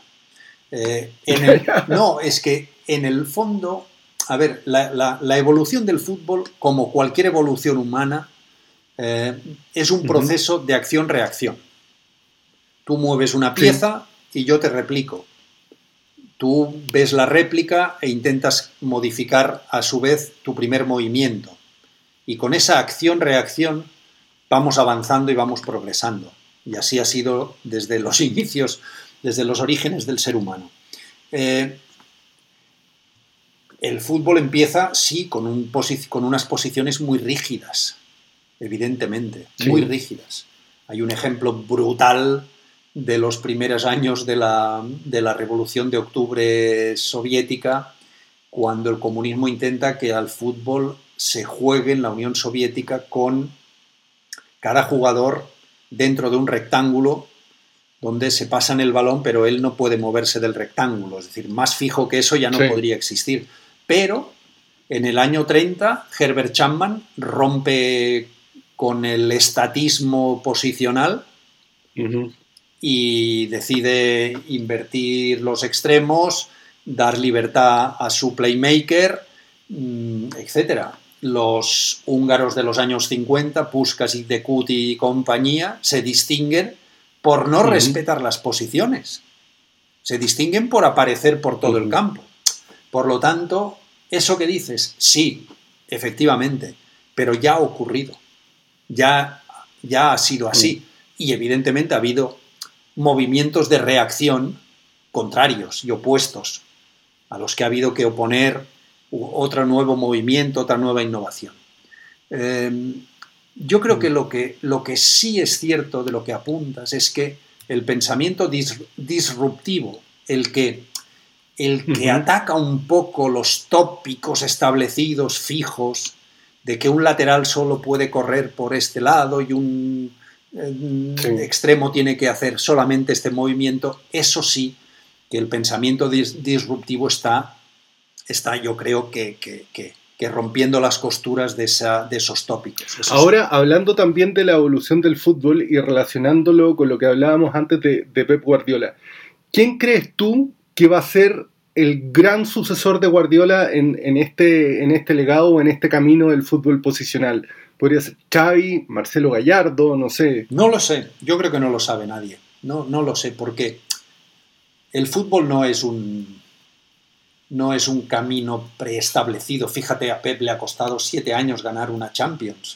No, es que en el fondo, a ver, la evolución del fútbol, como cualquier evolución humana, es un proceso de acción-reacción. Tú mueves una pieza y yo te replico. Tú ves la réplica e intentas modificar a su vez tu primer movimiento. Y con esa acción-reacción vamos avanzando y vamos progresando. Y así ha sido desde los inicios, desde los orígenes del ser humano. El fútbol empieza, sí, con unas posiciones muy rígidas, evidentemente, muy rígidas. Hay un ejemplo brutal de los primeros años de la Revolución de Octubre soviética, cuando el comunismo intenta que al fútbol se juegue en la Unión Soviética con cada jugador dentro de un rectángulo donde se pasan el balón, pero él no puede moverse del rectángulo. Es decir, más fijo que eso ya no podría existir. Pero en el año 30, Herbert Chapman rompe con el estatismo posicional y decide invertir los extremos, dar libertad a su playmaker, etc. Los húngaros de los años 50, Puskás y Dekut y compañía, se distinguen por no respetar las posiciones. Se distinguen por aparecer por todo el campo. Por lo tanto, eso que dices, sí, efectivamente, pero ya ha ocurrido. Ya ha sido así. Y evidentemente ha habido movimientos de reacción contrarios y opuestos a los que ha habido que oponer otro nuevo movimiento, otra nueva innovación. Yo creo que lo que sí es cierto de lo que apuntas es que el pensamiento disruptivo, el que ataca un poco los tópicos establecidos, fijos, de que un lateral solo puede correr por este lado y un extremo tiene que hacer solamente este movimiento, eso sí, que el pensamiento disruptivo está yo creo que rompiendo las costuras de esos tópicos. Eso ahora, sí. Hablando también de la evolución del fútbol y relacionándolo con lo que hablábamos antes de Pep Guardiola, ¿quién crees tú que va a ser el gran sucesor de Guardiola en este legado o en este camino del fútbol posicional? ¿Podría ser Xavi, Marcelo Gallardo, no sé? No lo sé, yo creo que no lo sabe nadie. No lo sé, porque el fútbol no es un camino preestablecido. Fíjate, a Pep le ha costado 7 años ganar una Champions.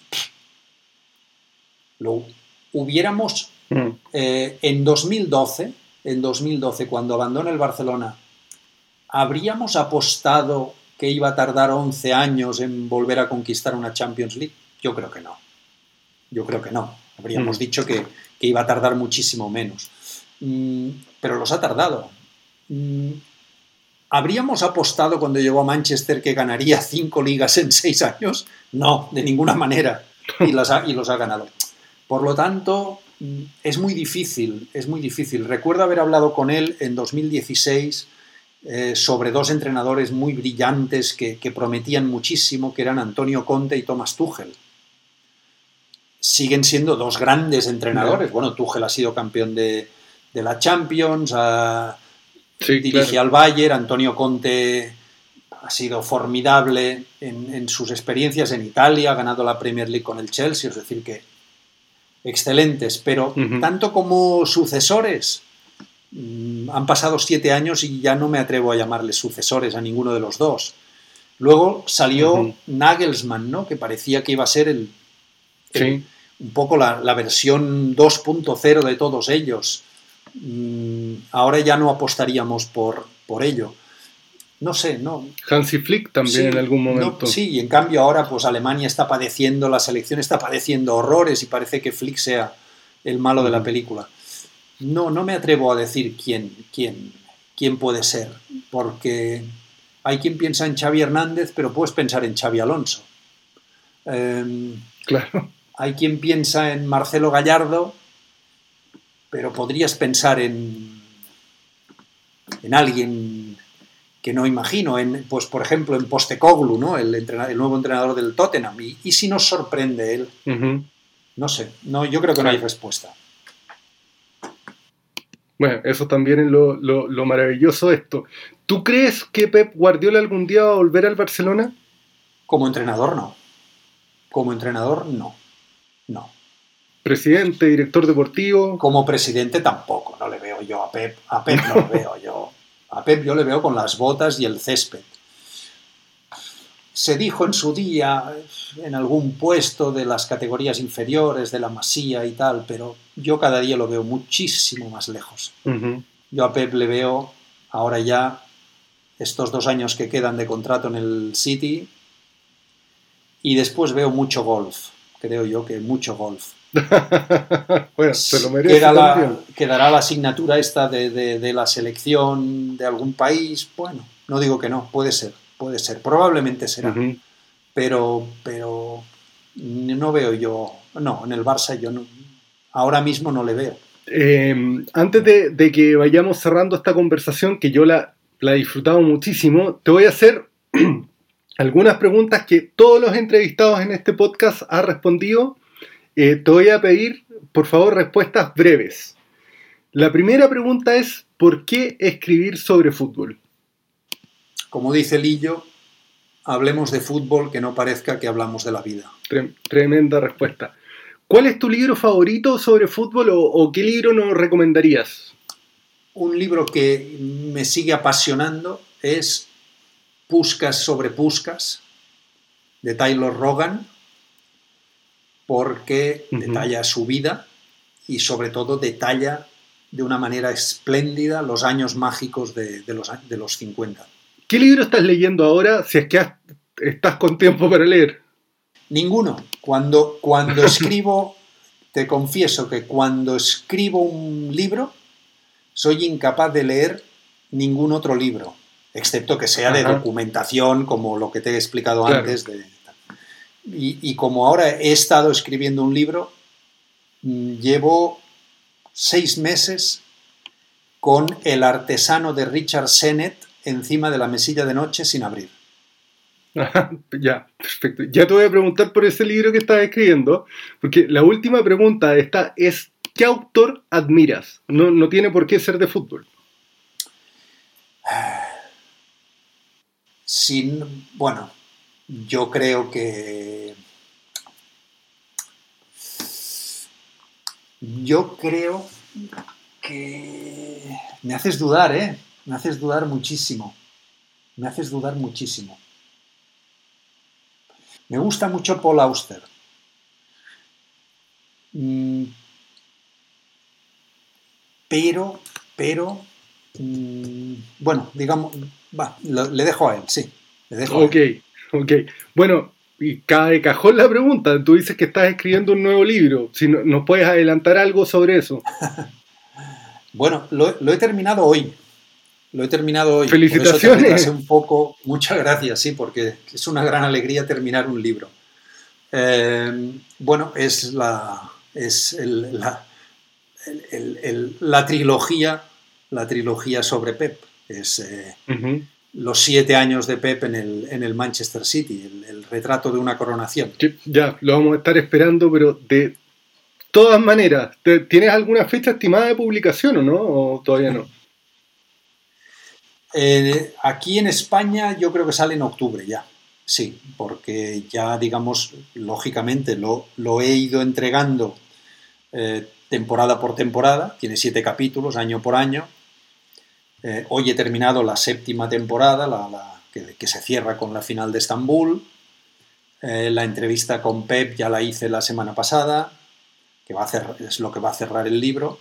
Lo hubiéramos en 2012, cuando abandona el Barcelona, ¿habríamos apostado que iba a tardar 11 años en volver a conquistar una Champions League? Yo creo que no. Habríamos dicho que iba a tardar muchísimo menos. Pero los ha tardado. ¿Habríamos apostado cuando llegó a Manchester que ganaría 5 ligas en 6 años? No, de ninguna manera. Y los ha ganado. Por lo tanto, es muy difícil. Recuerdo haber hablado con él en 2016 sobre 2 entrenadores muy brillantes que prometían muchísimo, que eran Antonio Conte y Thomas Tuchel. siguen siendo dos grandes entrenadores. Bueno, Tuchel ha sido campeón de la Champions, dirige al Bayern, Antonio Conte ha sido formidable en sus experiencias en Italia, ha ganado la Premier League con el Chelsea, es decir que excelentes, pero tanto como sucesores, han pasado 7 años y ya no me atrevo a llamarles sucesores a ninguno de los dos. Luego salió Nagelsmann, ¿no? Que parecía que iba a ser un poco la versión 2.0 de todos ellos. Ahora ya no apostaríamos por ello. No sé, ¿no? Hansi Flick también en algún momento. No, sí, y en cambio ahora pues Alemania está padeciendo, la selección está padeciendo horrores y parece que Flick sea el malo de la película. No me atrevo a decir quién puede ser, porque hay quien piensa en Xavi Hernández, pero puedes pensar en Xavi Alonso. Claro. Hay quien piensa en Marcelo Gallardo, pero podrías pensar en alguien que no imagino, pues por ejemplo en Postecoglou, ¿no? el nuevo entrenador del Tottenham. ¿Y si nos sorprende él? No sé, yo creo que no hay respuesta. Bueno, eso también es lo maravilloso de esto. ¿Tú crees que Pep Guardiola algún día va a volver al Barcelona? Como entrenador, no. Como entrenador, no. ¿Presidente, director deportivo? Como presidente tampoco, no le veo yo a Pep. A Pep no le veo yo. A Pep yo le veo con las botas y el césped. Se dijo en su día, en algún puesto de las categorías inferiores, de la Masía y tal, pero yo cada día lo veo muchísimo más lejos. Yo a Pep le veo ahora ya estos 2 años que quedan de contrato en el City y después veo mucho golf. Creo yo que mucho golf. Bueno, se lo merece. Quedará la asignatura esta de la selección de algún país. Bueno, no digo que no, puede ser, probablemente será. Pero no veo yo, no, en el Barça yo no, ahora mismo no le veo. Antes de que vayamos cerrando esta conversación, que yo la he disfrutado muchísimo, te voy a hacer algunas preguntas que todos los entrevistados en este podcast han respondido. Te voy a pedir, por favor, respuestas breves. La primera pregunta es, ¿por qué escribir sobre fútbol? Como dice Lillo, hablemos de fútbol, que no parezca que hablamos de la vida. Tremenda respuesta. ¿Cuál es tu libro favorito sobre fútbol o qué libro nos recomendarías? Un libro que me sigue apasionando es Puskás sobre Puskás, de Taylor Rogan, porque detalla su vida y sobre todo detalla de una manera espléndida los años mágicos de los 50. ¿Qué libro estás leyendo ahora, si es que estás con tiempo para leer? Ninguno. Cuando escribo, te confieso que cuando escribo un libro, soy incapaz de leer ningún otro libro, excepto que sea de documentación, como lo que te he explicado antes. Y como ahora he estado escribiendo un libro, llevo 6 meses con El artesano de Richard Sennett encima de la mesilla de noche sin abrir. Ya, perfecto. Ya te voy a preguntar por ese libro que estás escribiendo, porque la última pregunta de esta es, ¿qué autor admiras? No tiene por qué ser de fútbol. Bueno, yo creo que... Me haces dudar, ¿eh? Me haces dudar muchísimo. Me gusta mucho Paul Auster. Pero... bueno, digamos... le dejo a él, sí. Ok. Bueno, y cae de cajón la pregunta. Tú dices que estás escribiendo un nuevo libro. Si ¿nos puedes adelantar algo sobre eso? Bueno, lo he terminado hoy. ¡Felicitaciones! Por eso te retrasé un poco. Muchas gracias, sí, porque es una gran alegría terminar un libro. Bueno, es la trilogía sobre Pep. Es los 7 años de Pep en el Manchester City, el retrato de una coronación. Sí, ya, lo vamos a estar esperando, pero de todas maneras, ¿tienes alguna fecha estimada de publicación o no? ¿O todavía no? Aquí en España yo creo que sale en octubre ya. Sí, porque ya, digamos, lógicamente lo he ido entregando temporada por temporada, tiene 7 capítulos, año por año. Hoy he terminado la 7ª temporada, que se cierra con la final de Estambul. La entrevista con Pep ya la hice la semana pasada, que es lo que va a cerrar el libro.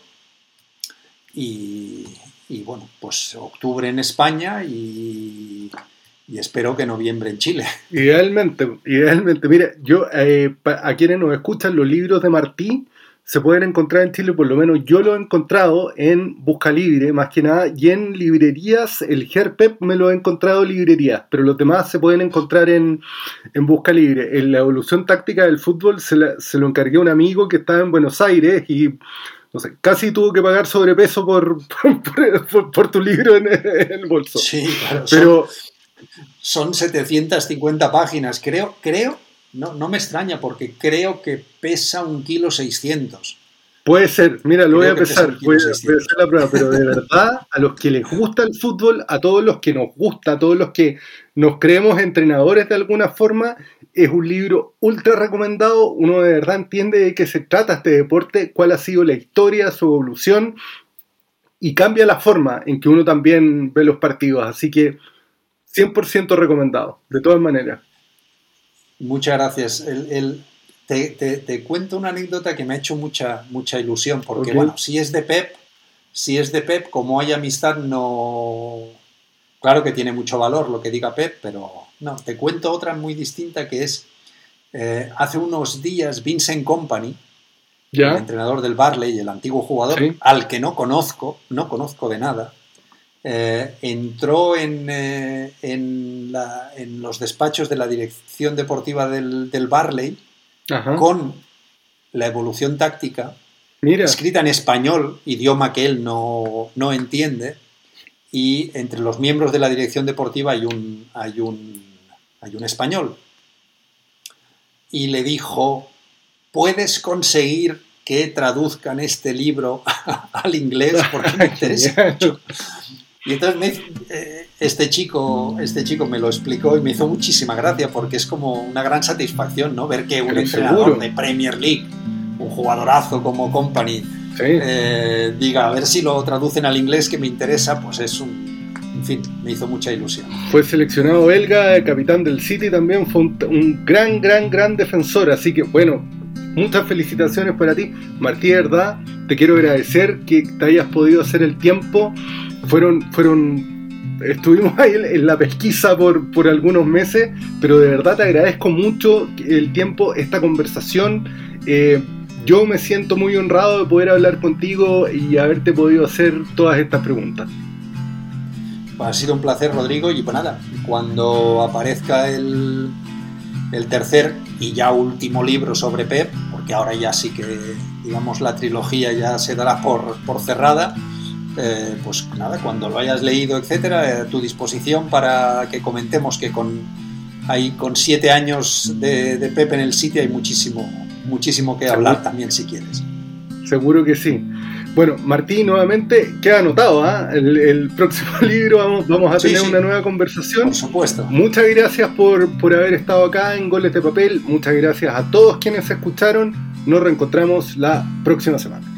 Y bueno, pues octubre en España y espero que noviembre en Chile. Idealmente. Mira, yo a quienes nos escuchan, los libros de Martí se pueden encontrar en Chile, por lo menos yo lo he encontrado en Busca Libre, más que nada, y en librerías. El GERPEP me lo he encontrado en librerías, pero los demás se pueden encontrar en Busca Libre. En la evolución táctica del fútbol se lo encargué a un amigo que estaba en Buenos Aires y no sé, casi tuvo que pagar sobrepeso por tu libro en el bolso. Sí, claro. Pero son 750 páginas, creo. No me extraña porque creo que pesa 1,6 kg. Puede ser, mira, lo voy a pesar, voy a hacer la prueba, pero de verdad, a los que les gusta el fútbol, a todos los que nos gusta, a todos los que nos creemos entrenadores de alguna forma, es un libro ultra recomendado. Uno de verdad entiende de qué se trata este deporte, cuál ha sido la historia, su evolución, y cambia la forma en que uno también ve los partidos, así que 100% recomendado, de todas maneras. Muchas gracias. Te cuento una anécdota que me ha hecho mucha ilusión, porque Okay. bueno, si es de Pep, como hay amistad, no... Claro que tiene mucho valor lo que diga Pep, pero no, te cuento otra muy distinta que es, hace unos días Vincent Kompany, ¿Ya? el entrenador del Barley, el antiguo jugador, Sí. al que no conozco de nada, entró en los despachos de la dirección deportiva del Barley. Ajá. Con la evolución táctica, Mira. escrita en español, idioma que él no entiende, y entre los miembros de la dirección deportiva hay un español. Y le dijo, ¿puedes conseguir que traduzcan este libro al inglés? Porque me interesa mucho. Y entonces este chico me lo explicó y me hizo muchísima gracia, porque es como una gran satisfacción, ¿no? Ver que un entrenador de Premier League, un jugadorazo como Kompany, diga, a ver si lo traducen al inglés, que me interesa, pues en fin, me hizo mucha ilusión. Fue seleccionado belga, capitán del City también, fue un gran defensor, así que bueno, muchas felicitaciones para ti, Martí, de verdad, te quiero agradecer que te hayas podido hacer el tiempo. Estuvimos ahí en la pesquisa por algunos meses, pero de verdad te agradezco mucho el tiempo, esta conversación. Yo me siento muy honrado de poder hablar contigo y haberte podido hacer todas estas preguntas. Ha sido un placer, Rodrigo, y pues nada, cuando aparezca el tercer y ya último libro sobre Pep, porque ahora ya sí que, digamos, la trilogía ya se dará por cerrada, pues nada, cuando lo hayas leído, etcétera, a tu disposición para que comentemos, que con 7 años de Pep en el City hay muchísimo que hablar también, si quieres. Seguro que sí. Bueno, Martí, nuevamente queda anotado, el próximo libro vamos a tener una nueva conversación. Por supuesto. Muchas gracias por haber estado acá en Goles de Papel. Muchas gracias a todos quienes escucharon. Nos reencontramos la próxima semana.